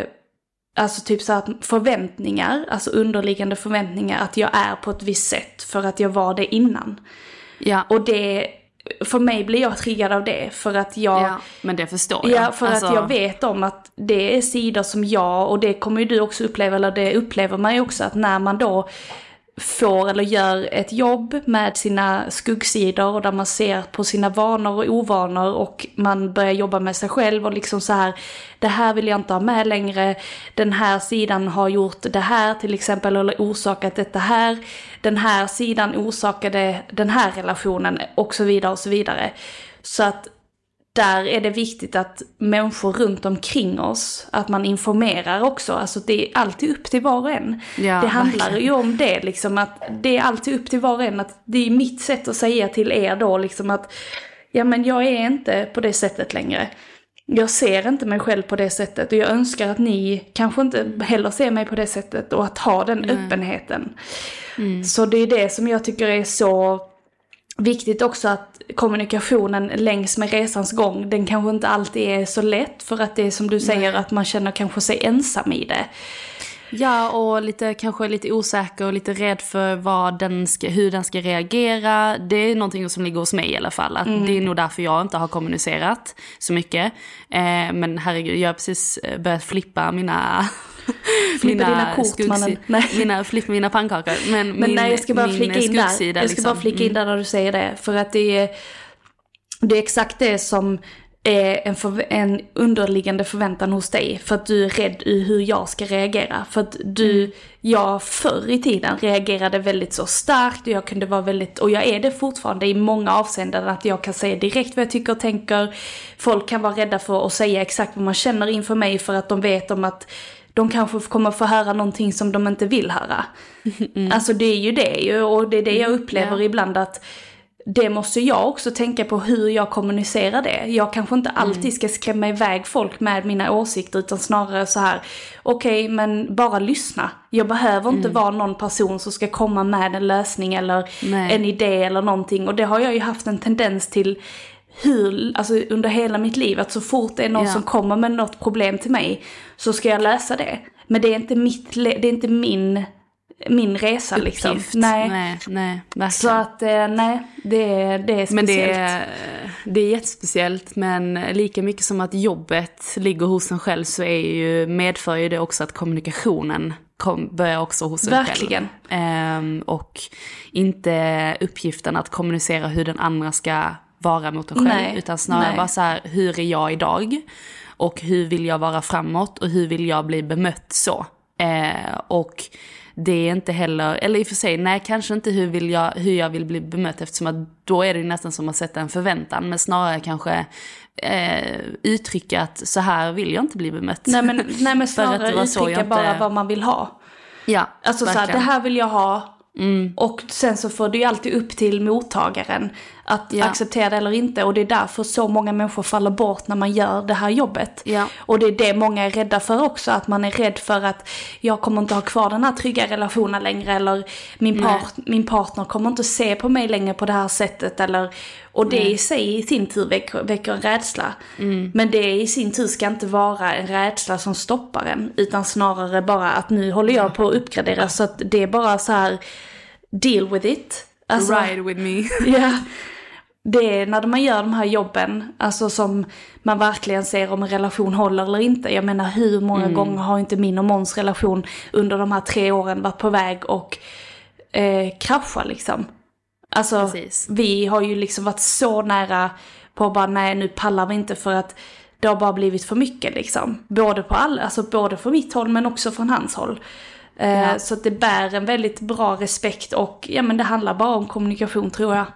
alltså typ så här förväntningar, alltså underliggande förväntningar, att jag är på ett visst sätt för att jag var det innan. Och det, för mig blir jag triggad av det, för att jag... men det förstår jag. Ja, för att jag vet om att det är sidor som jag, och det kommer ju du också uppleva, eller det upplever man ju också, att när man då får eller gör ett jobb med sina skuggsidor, och där man ser på sina vanor och ovanor, och man börjar jobba med sig själv och liksom så här, det här vill jag inte ha med längre, den här sidan har gjort det här till exempel, eller orsakat detta här, den här sidan orsakade den här relationen, och så vidare och så vidare. Så att där är det viktigt att människor runt omkring oss, att man informerar också. Alltså det är alltid upp till var och en. Det handlar ju om det liksom, att det är alltid upp till var och en, att det är mitt sätt att säga till er då liksom, att ja, men jag är inte på det sättet längre. Jag ser inte mig själv på det sättet, och jag önskar att ni kanske inte heller ser mig på det sättet, och att ha den öppenheten. Så det är det som jag tycker är så viktigt också, att kommunikationen längs med resans gång, den kanske inte alltid är så lätt, för att det är som du säger, att man känner kanske sig ensam i det. Ja, och kanske lite osäker och lite rädd för hur den ska reagera. Det är någonting som ligger hos mig i alla fall. Att det är nog därför jag inte har kommunicerat så mycket. Men herregud, jag har precis börjat flippa mina Flippa dina kort, mannen. Nej. Flippa mina pannkakor. Men nej, jag ska bara flika in där. Jag ska bara flika in där när du säger det. För att det är exakt det som är en underliggande förväntan hos dig. För att du är rädd i hur jag ska reagera. För att jag förr i tiden reagerade väldigt så starkt. Och jag kunde vara väldigt, och jag är det fortfarande i många avseenden, att jag kan säga direkt vad jag tycker och tänker. Folk kan vara rädda för att säga exakt vad man känner inför mig, för att de vet om att de kanske kommer få höra någonting som de inte vill höra. Alltså det är ju det, och det är det jag upplever ibland, att det måste jag också tänka på hur jag kommunicerar det. Jag kanske inte alltid ska skrämma iväg folk med mina åsikter, utan snarare så här: okej, men bara lyssna. Jag behöver inte vara någon person som ska komma med en lösning eller en idé eller någonting. Och det har jag ju haft en tendens till alltså under hela mitt liv, att så fort det är någon som kommer med något problem till mig, så ska jag lösa det. Men det är inte min resa liksom. Nej, verkligen. Så att det är speciellt. Men det är jättespeciellt, men lika mycket som att jobbet ligger hos en själv, så medför ju det också att kommunikationen börjar också hos en verkligen själv. Och inte uppgiften att kommunicera hur den andra ska vara mot en själv, utan snarare bara så här: hur är jag idag? Och hur vill jag vara framåt? Och hur vill jag bli bemött så? Och det är inte heller, eller i och för sig, kanske inte hur jag vill bli bemött, eftersom att då är det nästan som att sätta en förväntan, men snarare kanske uttrycka att så här vill jag inte bli bemött. Nej men snarare uttrycka bara vad man vill ha. Ja, alltså så här, det här vill jag ha. Och sen så får det ju alltid upp till mottagaren att acceptera det eller inte. Och det är därför så många människor faller bort när man gör det här jobbet. Och det är det många är rädda för också. Att man är rädd för att jag kommer inte ha kvar den här trygga relationen längre. Eller min partner kommer inte se på mig längre på det här sättet. Och det i sig i sin tur väcker en rädsla. Men det i sin tur ska inte vara en rädsla som stoppar en. Utan snarare bara att nu håller jag på att uppgradera. Så att det är bara så här: deal with it. Alltså, ride with me. Ja, det är när man gör de här jobben, alltså som man verkligen ser om en relation håller eller inte. Jag menar, hur många gånger har inte min och Måns relation under de här 3 åren varit på väg och krascha liksom. Alltså, precis. Vi har ju liksom varit så nära på att bara, nej, nu pallar vi inte, för att det har bara blivit för mycket liksom. Både från mitt håll men också från hans håll. Så att det bär en väldigt bra respekt, och men det handlar bara om kommunikation, tror jag.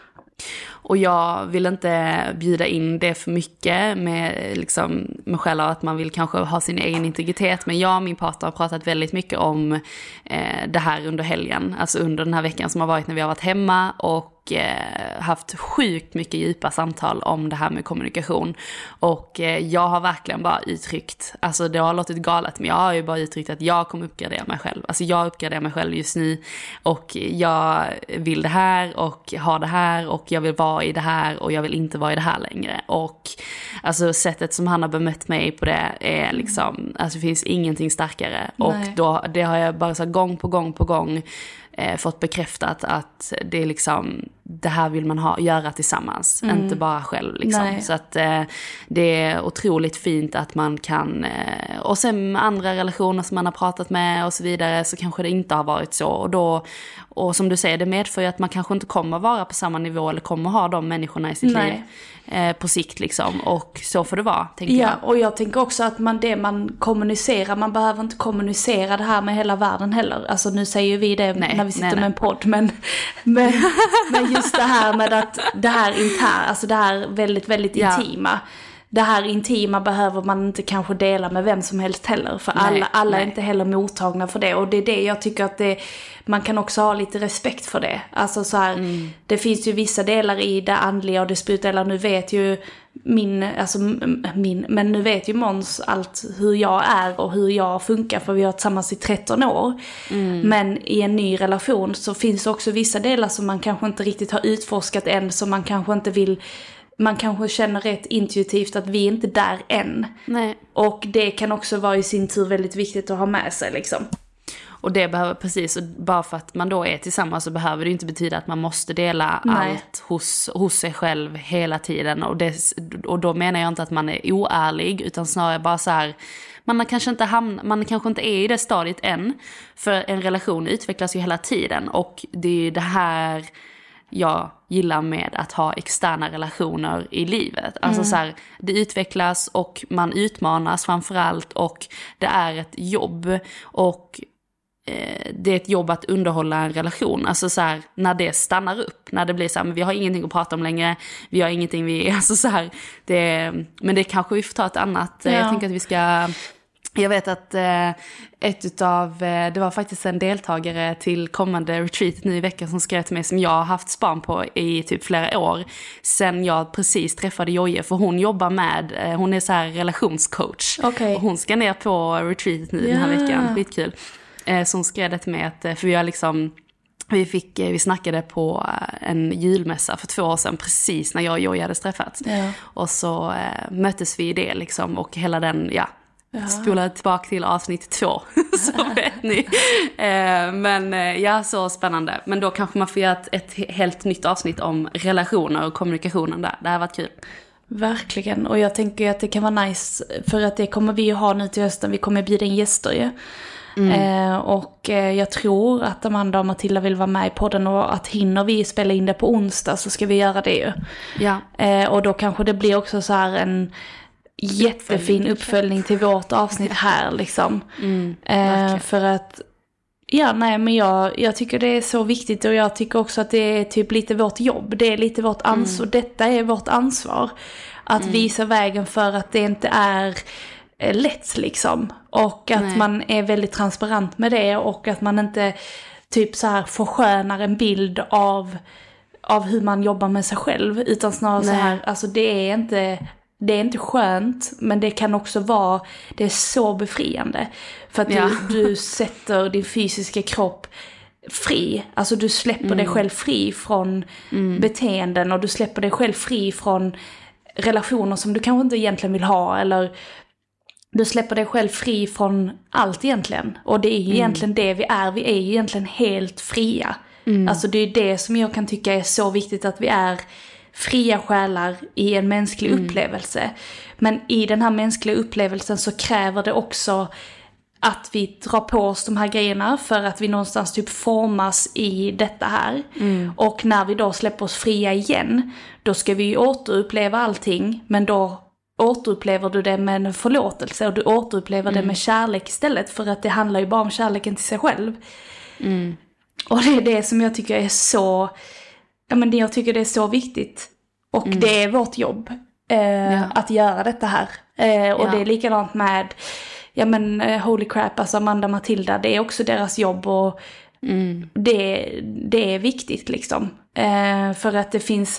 Och jag vill inte bjuda in det för mycket med liksom mig själv, att man vill kanske ha sin egen integritet. Men jag och min partner har pratat väldigt mycket om det här under helgen. Alltså under den här veckan som har varit, när vi har varit hemma, och haft sjukt mycket djupa samtal om det här med kommunikation. Och jag har verkligen bara uttryckt, alltså det har låtit galet, men jag har ju bara uttryckt att jag kommer uppgradera mig själv. Alltså jag uppgraderar mig själv just nu, och jag vill det här och ha det här, och jag vill vara i det här, och jag vill inte vara i det här längre. Och alltså sättet som han har bemött mig på det är liksom, alltså det finns ingenting starkare. Nej. Och då, det har jag bara så gång på gång fått bekräftat att det är liksom, det här vill man göra tillsammans, inte bara själv liksom. Så att det är otroligt fint att man kan, och sen med andra relationer som man har pratat med och så vidare, så kanske det inte har varit så, och som du säger, det medför ju att man kanske inte kommer vara på samma nivå, eller kommer ha de människorna i sitt liv på sikt liksom, och så får det vara, tänker jag. Och jag tänker också att man kommunicerar, man behöver inte kommunicera det här med hela världen heller. Alltså nu säger vi det när vi sitter med en podd, men just det här med att det här internt, alltså det här väldigt, väldigt intima. Det här intima behöver man inte kanske dela med vem som helst heller. För alla är inte heller mottagna för det. Och det är det jag tycker att man kan också ha lite respekt för det. Alltså så här, det finns ju vissa delar i det andliga och det spirituella. Nu vet ju men nu vet ju Måns allt hur jag är och hur jag funkar, för vi har varit tillsammans i 13 år. Men i en ny relation så finns det också vissa delar som man kanske inte riktigt har utforskat än, som man kanske inte vill. Man kanske känner rätt intuitivt att vi är inte där än. Nej. Och det kan också vara i sin tur väldigt viktigt att ha med sig liksom. Och det behöver, precis, och bara för att man då är tillsammans så behöver det inte betyda att man måste dela allt hos sig själv hela tiden. Och då menar jag inte att man är oärlig, utan snarare bara så här, man kanske inte är i det stadiet än, för en relation utvecklas ju hela tiden, och det är det här jag gillar med att ha externa relationer i livet. Alltså så här, det utvecklas och man utmanas framförallt, och det är ett jobb, och det är ett jobb att underhålla en relation. Alltså så här, när det stannar upp, när det blir så här, men vi har ingenting att prata om längre, vi har ingenting, alltså så här, men det kanske vi får ta ett annat. Jag tänker att vi ska... Jag vet att det var faktiskt en deltagare till kommande retreat nu i veckan som skrev till mig, som jag har haft span på i typ flera år sen jag precis träffade Joje, för hon jobbar med, hon är så här relationscoach. Okay. Och hon ska ner på retreat nu den här veckan, skitkul. Så hon skrev det till mig att, för vi har liksom, vi snackade på en julmässa för 2 år sedan, precis när jag och Joje hade träffats. Och så möttes vi i det liksom, och hela den, spolar tillbaka till avsnitt 2 så vet ni. Men så spännande. Men då kanske man får göra ett helt nytt avsnitt om relationer och kommunikationen där. Det här har varit kul. Verkligen, och jag tänker att det kan vara nice, för att det kommer vi ju ha nu till hösten. Vi kommer bjuda in gäster ju. Och jag tror att Amanda och Matilda vill vara med i podden, och att hinner vi spela in det på onsdag så ska vi göra det ju. Och då kanske det blir också så här en jättefin uppföljning till vårt avsnitt här liksom. För att men jag tycker det är så viktigt, och jag tycker också att det är typ lite vårt jobb, det är lite vårt ansvar, detta är vårt ansvar att visa vägen, för att det inte är lätt liksom, och att man är väldigt transparent med det, och att man inte typ så här förskönar en bild av hur man jobbar med sig själv, utan snarare så här, alltså det är inte skönt, men det kan också vara, det är så befriande. För att du sätter din fysiska kropp fri. Alltså du släpper dig själv fri från beteenden, och du släpper dig själv fri från relationer som du kanske inte egentligen vill ha, eller du släpper dig själv fri från allt egentligen. Och det är ju egentligen det vi är ju egentligen helt fria. Alltså det är det som jag kan tycka är så viktigt, att vi är fria själar i en mänsklig upplevelse. Men i den här mänskliga upplevelsen så kräver det också att vi drar på oss de här grejerna, för att vi någonstans typ formas i detta här. Och när vi då släpper oss fria igen, då ska vi ju återuppleva allting, men då återupplever du det med en förlåtelse, och du återupplever det med kärlek istället, för att det handlar ju bara om kärleken till sig själv. Och det är det som jag tycker är så, jag tycker det är så viktigt, och det är vårt jobb att göra detta här. Och det är likadant med holy crap, alltså Amanda och Matilda, det är också deras jobb, och det är viktigt liksom, för att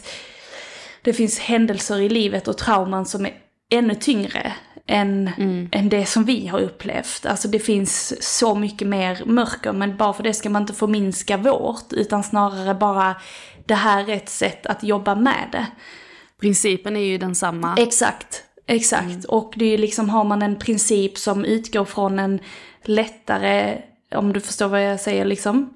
det finns händelser i livet och trauman som är ännu tyngre än det som vi har upplevt. Alltså det finns så mycket mer mörker, men bara för det ska man inte förminska vårt, utan snarare bara, det här är ett sätt att jobba med det. Principen är ju densamma. Exakt. Och det är liksom, har man en princip som utgår från en lättare, om du förstår vad jag säger liksom,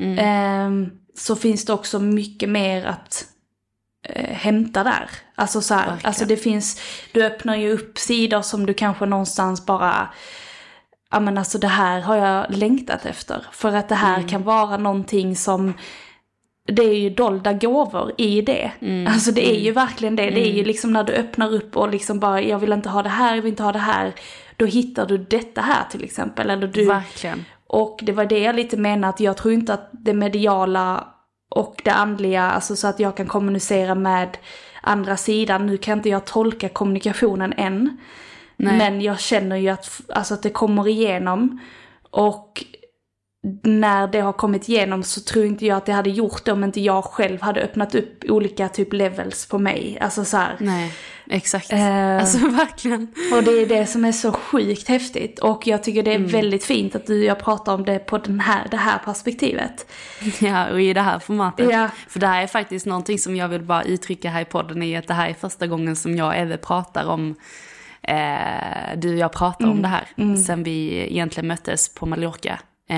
så finns det också mycket mer att hämta där. Alltså så här, alltså det finns, du öppnar ju upp sidor som du kanske någonstans bara, alltså det här har jag längtat efter, för att det här kan vara någonting som, det är ju dolda gåvor i det. Alltså det är ju verkligen det. Det är ju liksom när du öppnar upp och liksom bara, jag vill inte ha det här, jag vill inte ha det här, då hittar du detta här till exempel, eller du. Verkligen. Och det var det jag lite menar, att jag tror inte att det mediala och det andliga, alltså så att jag kan kommunicera med andra sidan. Nu kan inte jag tolka kommunikationen än. Nej. Men jag känner ju att det kommer igenom. Och när det har kommit igenom så tror inte jag att det hade gjort det om inte jag själv hade öppnat upp olika typ levels på mig. Alltså så här. Nej, exakt. Alltså verkligen. Och det är det som är så sjukt häftigt. Och jag tycker det är väldigt fint att du och jag pratar om det på det här perspektivet. Ja, och i det här formatet. Ja. För det här är faktiskt någonting som jag vill bara uttrycka här i podden, är att det här är första gången som jag även pratar om du och jag pratar om det här. Sen vi egentligen möttes på Mallorca.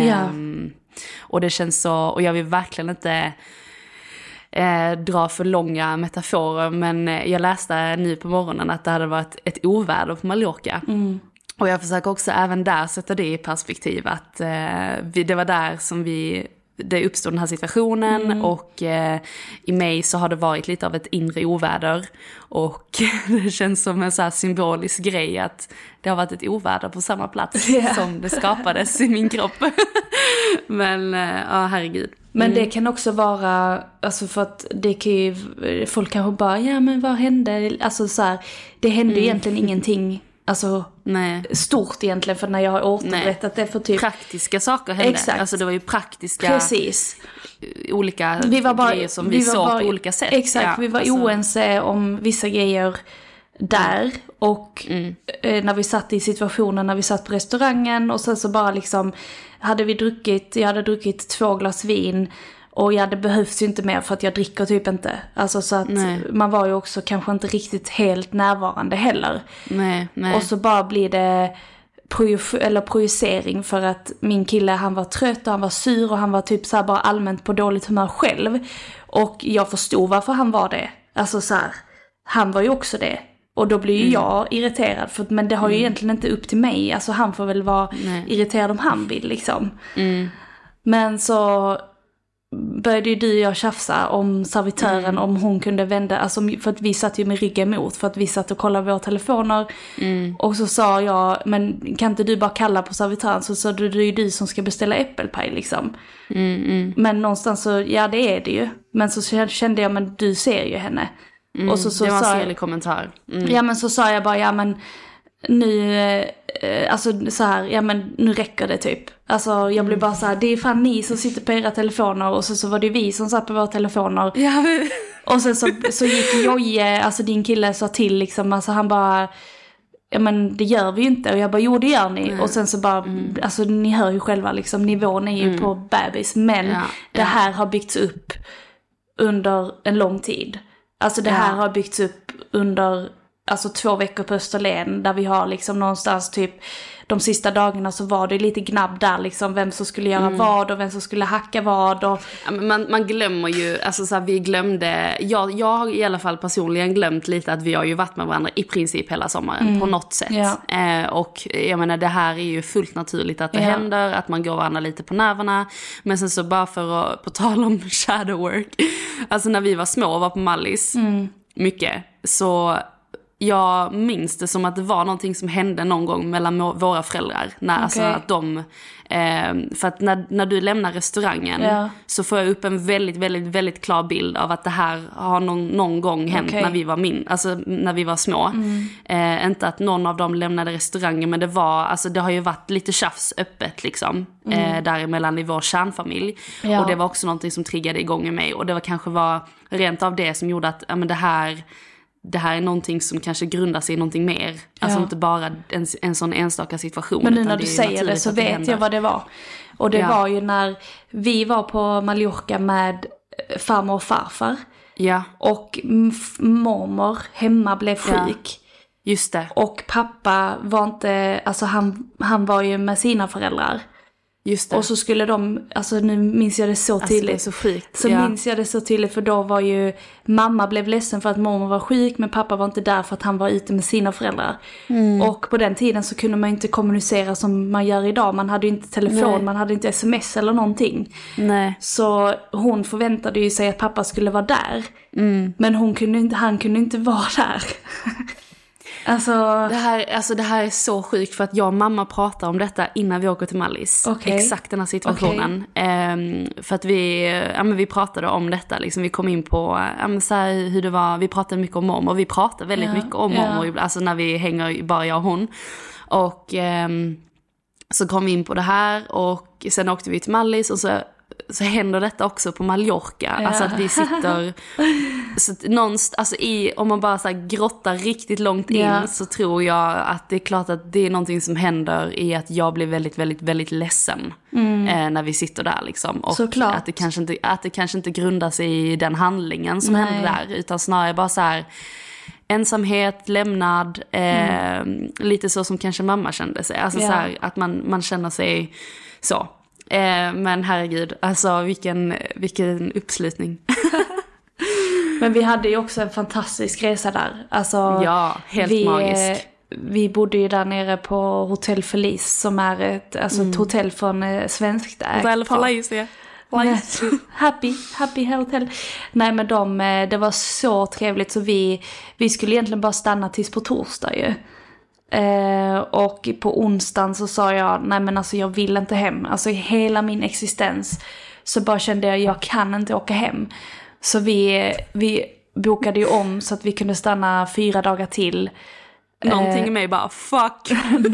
Och det känns så, och jag vill verkligen inte dra för långa metaforer, men jag läste nu på morgonen att det hade varit ett oväder på Mallorca. Och jag försöker också även där sätta det i perspektiv att det var där som det uppstod den här situationen och i mig så har det varit lite av ett inre oväder och det känns som en så här symbolisk grej att det har varit ett oväder på samma plats som det skapades i min kropp. Men ja, herregud. Men det kan också vara, alltså för att det kan ju, folk kanske bara, ja men vad hände? Alltså så här, det hände egentligen ingenting. Alltså stort egentligen, för när jag har återberättat det för typ praktiska saker hände. Exakt. Alltså det var ju praktiska precis. Olika grejer som vi såg på olika sätt. Exakt, vi var oense om vissa grejer där och när vi satt i situationen, när vi satt på restaurangen och sen så bara liksom jag hade druckit 2 glas vin och det behövs ju inte mer för att jag dricker typ inte. Alltså så att man var ju också kanske inte riktigt helt närvarande heller. Nej. Och så bara blir det projicering för att min kille, han var trött och han var sur och han var typ så här bara allmänt på dåligt humör själv. Och jag förstod varför han var det. Alltså så här, han var ju också det. Och då blir ju jag irriterad, men det har ju egentligen inte upp till mig. Alltså han får väl vara irriterad om han vill liksom. Men så började ju du och jag tjafsa om servitören, om hon kunde vända, alltså för att vi satt ju med ryggen emot, för att vi satt och kollade våra telefoner. Och så sa jag, men kan inte du bara kalla på servitören, så sa du, det är ju du som ska beställa äppelpaj liksom. Men någonstans så, ja det är det ju. Men så kände jag, men du ser ju henne. Och så det var en sa selig kommentar. Ja men så sa jag bara, ja men nu, alltså så här, ja men nu räcker det typ. Alltså jag blev bara så här, det är fan ni som sitter på era telefoner, och så var det vi som satt på våra telefoner. Ja, men... Och sen så gick Joje, alltså din kille, sa till liksom, alltså han bara, ja men det gör vi ju inte. Och jag bara, jo det gör ni. Och sen så bara, alltså ni hör ju själva liksom, nivån är ju på bebis. Men det här har byggts upp under en lång tid. Alltså det här har byggts upp under 2 veckor på Österlen, där vi har liksom någonstans typ de sista dagarna så var det lite gnabb där liksom, vem som skulle göra vad och vem som skulle hacka vad och... Man glömmer ju, alltså så här, vi glömde, jag har i alla fall personligen glömt lite att vi har ju varit med varandra i princip hela sommaren på något sätt. Och jag menar, det här är ju fullt naturligt att det händer, att man går varandra lite på nerverna. Men sen så bara för att, på tal om shadow work, alltså när vi var små och var på Mallis mycket, så jag minns det som att det var någonting som hände någon gång mellan våra föräldrar. Alltså att de, för att när du lämnar restaurangen så får jag upp en väldigt, väldigt, väldigt klar bild av att det här har någon gång hänt när vi var när vi var små. Inte att någon av dem lämnade restaurangen, men det var, alltså det har ju varit lite tjafs öppet liksom, däremellan i vår kärnfamilj. Och det var också någonting som triggade igång i mig, och det var rent av det som gjorde att det här är någonting som kanske grundar sig i någonting mer. Alltså inte bara en sån enstaka situation. Men nu när du säger det så vet jag vad det var. Och det var ju när vi var på Mallorca med farmor och farfar. Ja. Och mormor hemma blev sjuk. Just det. Och pappa var inte, alltså han var ju med sina föräldrar. Just det. Och så skulle de, alltså nu minns jag det så tydligt. Alltså det är så sjukt. Så minns jag det så tydligt, för då var ju, mamma blev ledsen för att mormor var sjuk, men pappa var inte där för att han var ute med sina föräldrar. Och på den tiden så kunde man inte kommunicera som man gör idag. Man hade ju inte telefon, man hade inte sms eller någonting. Nej. Så hon förväntade ju sig att pappa skulle vara där. Men han kunde inte vara där. Alltså... Det här är så sjukt, för att jag och mamma pratar om detta innan vi åker till Mallis. Exakt den här situationen. För att vi pratade om detta. Liksom, vi kom in på så här, hur det var. Vi pratade mycket om mormor. Vi pratade väldigt mycket om mormor. Alltså när vi hänger, bara jag och hon. Och så kom vi in på det här. Och sen åkte vi till Mallis. Och så händer detta också på Mallorca. Alltså att vi sitter så om man bara så här grottar riktigt långt in, så tror jag att det är klart att det är någonting som händer i att jag blir väldigt, väldigt, väldigt ledsen när vi sitter där liksom. Och att det kanske inte grundar sig i den handlingen som händer där, utan snarare bara så här ensamhet, lämnad, lite så som kanske mamma kände sig. Alltså så här, att man känner sig så. Men herregud, alltså vilken uppslutning. Men vi hade ju också en fantastisk resa där. Alltså, helt magisk. vi bodde ju där nere på Hotell Feliz som är ett hotell från svenskt ägt. Hotell Feliz, ja. Happy Hotel. Nej, men det var så trevligt så vi skulle egentligen bara stanna tills på torsdag ju. Och på onsdagen så sa jag, nej men alltså jag vill inte hem. Alltså i hela min existens så bara kände jag kan inte åka hem. Så vi bokade ju om så att vi kunde stanna 4 dagar till. Någonting i mig bara, fuck.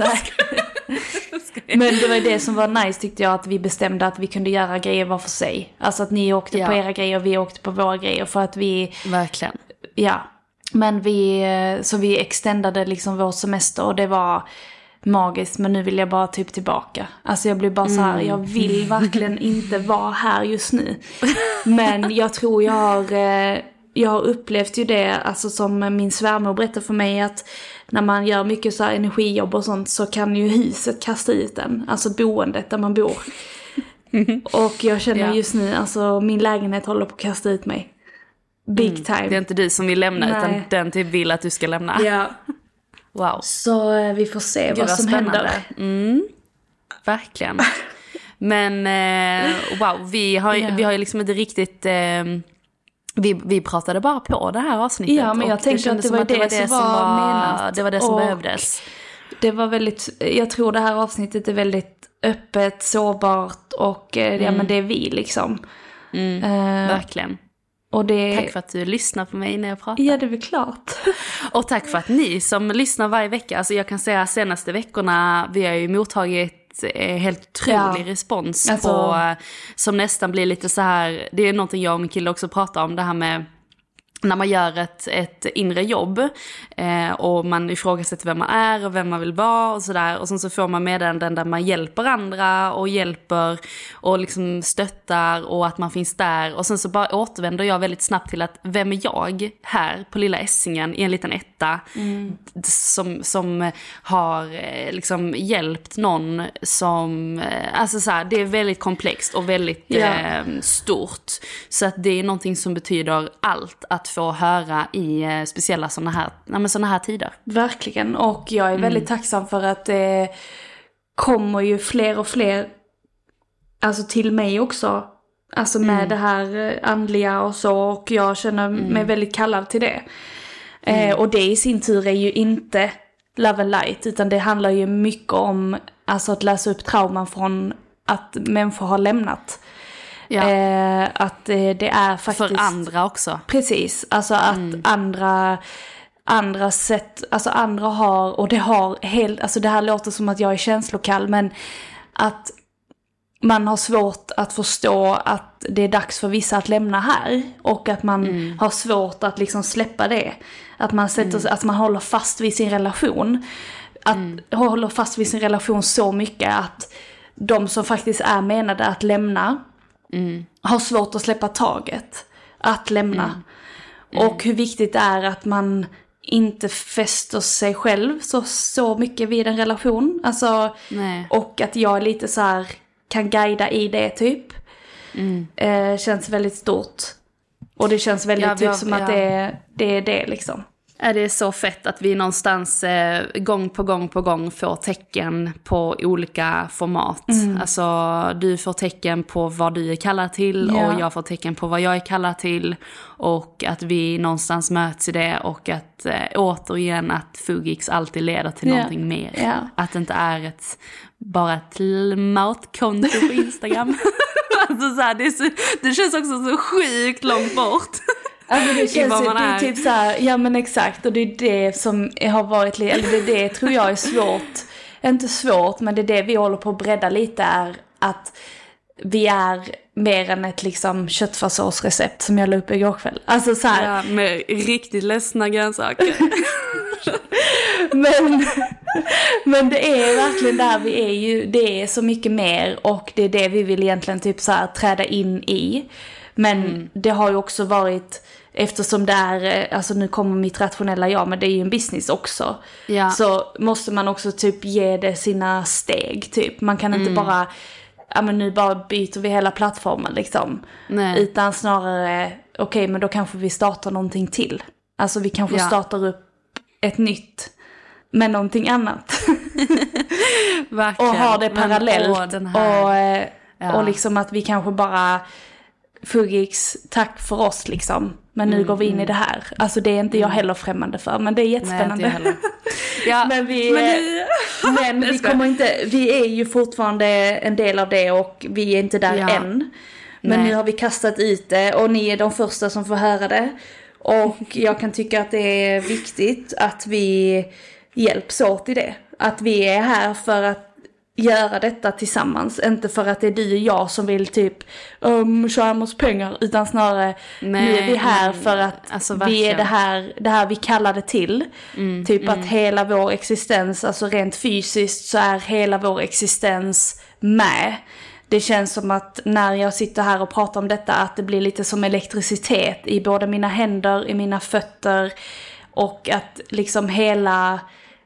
Men det var det som var nice tyckte jag, att vi bestämde att vi kunde göra grejer var för sig. Alltså att ni åkte på era grejer och vi åkte på våra grejer för att vi... Verkligen. Ja, men vi extendade liksom vår semester och det var magiskt, men nu vill jag bara typ tillbaka. Alltså jag blir bara så här, jag vill verkligen inte vara här just nu. Men jag tror jag har upplevt ju det, alltså som min svärmor berättade för mig, att när man gör mycket så här energijobb och sånt så kan ju huset kasta ut en, alltså boendet där man bor. Och jag känner just nu, alltså min lägenhet håller på att kasta ut mig. Big time. Det är inte du som vill lämna. Nej. Utan den typ vill att du ska lämna. Ja. Wow. Så vi får se vad som händer. Verkligen. Men wow, vi har ju liksom inte riktigt... Vi pratade bara på det här avsnittet. Ja, men jag tänkte att det var det som var menat. Det var det som behövdes. Det var väldigt... Jag tror det här avsnittet är väldigt öppet, sårbart och men det är vi liksom. Verkligen. Och tack för att du lyssnar på mig när jag pratar. Ja, det är väl klart. Och tack för att ni som lyssnar varje vecka. Alltså jag kan säga att senaste veckorna vi har ju mottagit helt otrolig respons på, som nästan blir lite så här. Det är någonting jag och min kille också pratar om, det här med när man gör ett inre jobb och man ifrågasätter vem man är och vem man vill vara och sådär. Och sen så får man meddelanden där man hjälper andra och hjälper och liksom stöttar och att man finns där. Och sen så bara återvänder jag väldigt snabbt till att vem är jag här på lilla Essingen i en liten etta som har liksom hjälpt någon som, alltså så här, det är väldigt komplext och väldigt stort. Så att det är någonting som betyder allt att få höra i speciella såna här tider. Verkligen, och jag är väldigt tacksam för att det kommer ju fler och fler, alltså till mig också, alltså med det här andliga och så, och jag känner mig väldigt kallad till det. Och det i sin tur är ju inte Love and Light, utan det handlar ju mycket om alltså att läsa upp trauman från att människor har lämnat. Ja. Att det är faktiskt... För andra också. Precis, alltså att andra sätt, alltså andra har, och det har helt, alltså det här låter som att jag är känslokall, men att man har svårt att förstå att det är dags för vissa att lämna här, och att man har svårt att liksom släppa det. Att man sätter, att man håller fast vid sin relation. Att håller fast vid sin relation så mycket att de som faktiskt är menade att lämna har svårt att släppa taget att lämna. Och hur viktigt det är att man inte fäster sig själv så mycket vid en relation. Alltså, och att jag lite så här kan guida i det typ. Känns väldigt stort. Och det känns väldigt typ som att det är det liksom. Det är så fett att vi någonstans gång på gång får tecken på olika format. Alltså du får tecken på vad du är kallad till och jag får tecken på vad jag är kallad till. Och att vi någonstans möts i det, och att återigen att Fugix alltid leder till någonting mer. Att det inte är bara ett mautkonto på Instagram. Alltså så här, det känns också så sjukt långt bort. Alltså det känns det är typ så här, ja men exakt, och det är det som har varit, eller det tror jag är svårt, inte svårt, men det är det vi håller på att bredda lite, är att vi är mer än ett liksom köttfärssåsrecept som jag la upp igår kväll. Alltså så här, ja, med riktigt ledsna grönsaker. men det är verkligen där vi är ju, det är så mycket mer, och det är det vi vill egentligen typ så här träda in i. Men det har ju också varit, eftersom det är, alltså nu kommer mitt rationella jag, men det är ju en business också. Ja. Så måste man också typ ge det sina steg typ. Man kan inte bara, ja men nu bara byter vi hela plattformen liksom. Nej. Utan snarare, okej, men då kanske vi startar någonting till. Alltså vi kanske startar upp ett nytt med någonting annat. Verkligen. Och ha det parallellt. Ja. Och liksom att vi kanske bara Fuggix, tack för oss liksom. Men nu går vi in i det här. Alltså det är inte jag heller främmande för, men det är jättespännande. Nej, inte jag heller. Ja, men vi kommer inte, vi är ju fortfarande en del av det och vi är inte där än. Men nu har vi kastat ut det och ni är de första som får höra det. Och jag kan tycka att det är viktigt att vi hjälps åt i det. Att vi är här för att göra detta tillsammans. Inte för att det är du och jag som vill typ tjäna oss pengar. Utan snarare nu är vi här för att alltså, vi är det här vi kallar det till. Typ att hela vår existens, alltså rent fysiskt så är hela vår existens med. Det känns som att när jag sitter här och pratar om detta att det blir lite som elektricitet i både mina händer, i mina fötter och att liksom hela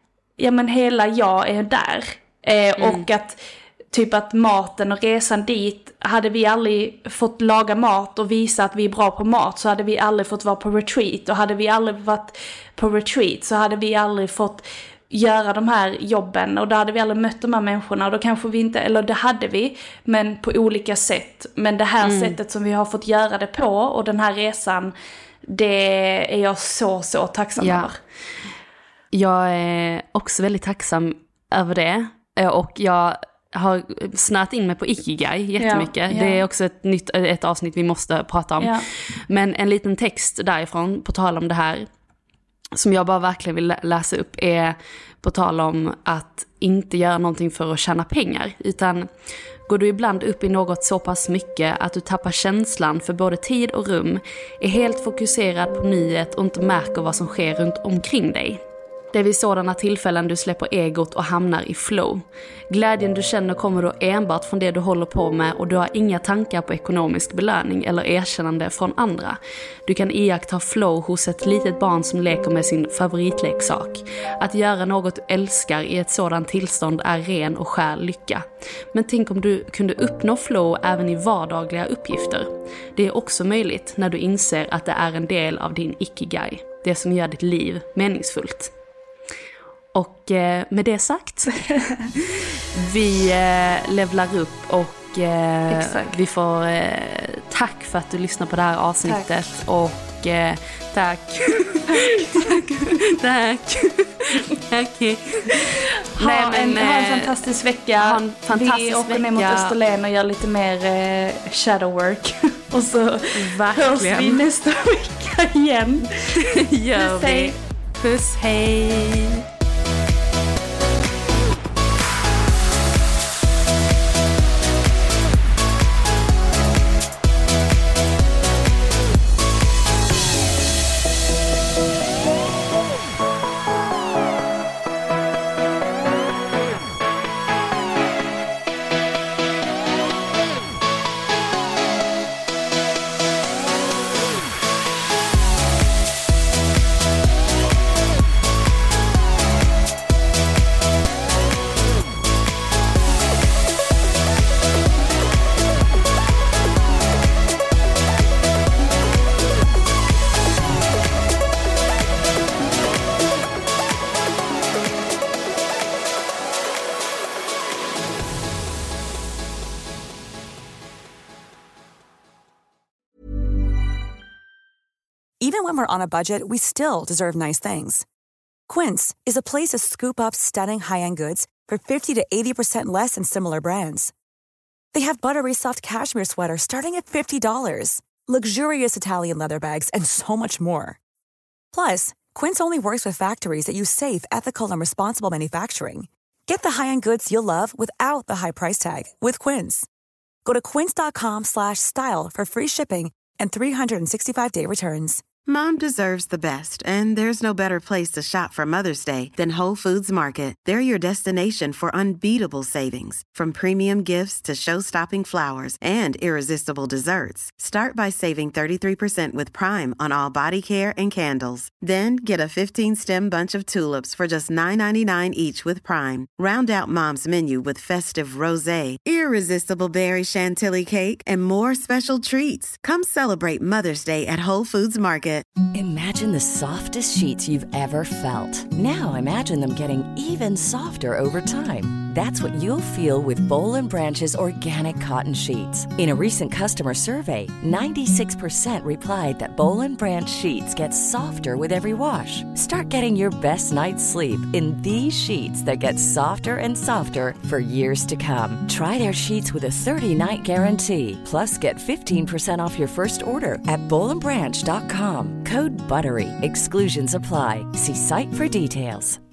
jag är där. Och att typ att maten och resan dit, hade vi aldrig fått laga mat och visa att vi är bra på mat så hade vi aldrig fått vara på retreat. Och hade vi aldrig varit på retreat så hade vi aldrig fått göra de här jobben och då hade vi aldrig mött de här människorna och då kanske vi inte, eller det hade vi, men på olika sätt. Men det här sättet som vi har fått göra det på och den här resan, det är jag så tacksam över. Jag är också väldigt tacksam över det och jag har snart in mig på Ikigai jättemycket. Ja. Det är också ett avsnitt vi måste prata om. Ja. Men en liten text därifrån på tal om det här som jag bara verkligen vill läsa upp är på tal om att inte göra någonting för att tjäna pengar. Utan går du ibland upp i något så pass mycket att du tappar känslan för både tid och rum, är helt fokuserad på nuet och inte märker vad som sker runt omkring dig. Det är vid sådana tillfällen du släpper egot och hamnar i flow. Glädjen du känner kommer då enbart från det du håller på med och du har inga tankar på ekonomisk belöning eller erkännande från andra. Du kan iaktta flow hos ett litet barn som leker med sin favoritleksak. Att göra något du älskar i ett sådant tillstånd är ren och skär lycka. Men tänk om du kunde uppnå flow även i vardagliga uppgifter. Det är också möjligt när du inser att det är en del av din ikigai. Det som gör ditt liv meningsfullt. Och med det sagt, vi levlar upp och vi får tack för att du lyssnar på det här avsnittet. Tack. Och tack. Ha en fantastisk vecka. Vi åker ner mot Österlen och gör lite mer shadow work. Och så hörs vi nästa vecka igen. Gör vi. Puss, hej. Even when we're on a budget, we still deserve nice things. Quince is a place to scoop up stunning high-end goods for 50 to 80% less than similar brands. They have buttery soft cashmere sweaters starting at $50, luxurious Italian leather bags, and so much more. Plus, Quince only works with factories that use safe, ethical, and responsible manufacturing. Get the high-end goods you'll love without the high price tag with Quince. Go to quince.com/style for free shipping and 365-day returns. Mom deserves the best, and there's no better place to shop for Mother's Day than Whole Foods Market. They're your destination for unbeatable savings, from premium gifts to show-stopping flowers and irresistible desserts. Start by saving 33% with Prime on all body care and candles. Then get a 15-stem bunch of tulips for just $9.99 each with Prime. Round out Mom's menu with festive rosé, irresistible berry chantilly cake, and more special treats. Come celebrate Mother's Day at Whole Foods Market. Market. Imagine the softest sheets you've ever felt. Now imagine them getting even softer over time. That's what you'll feel with Boll & Branch's organic cotton sheets. In a recent customer survey, 96% replied that Boll & Branch sheets get softer with every wash. Start getting your best night's sleep in these sheets that get softer and softer for years to come. Try their sheets with a 30-night guarantee. Plus, get 15% off your first order at bollandbranch.com. Code BUTTERY. Exclusions apply. See site for details.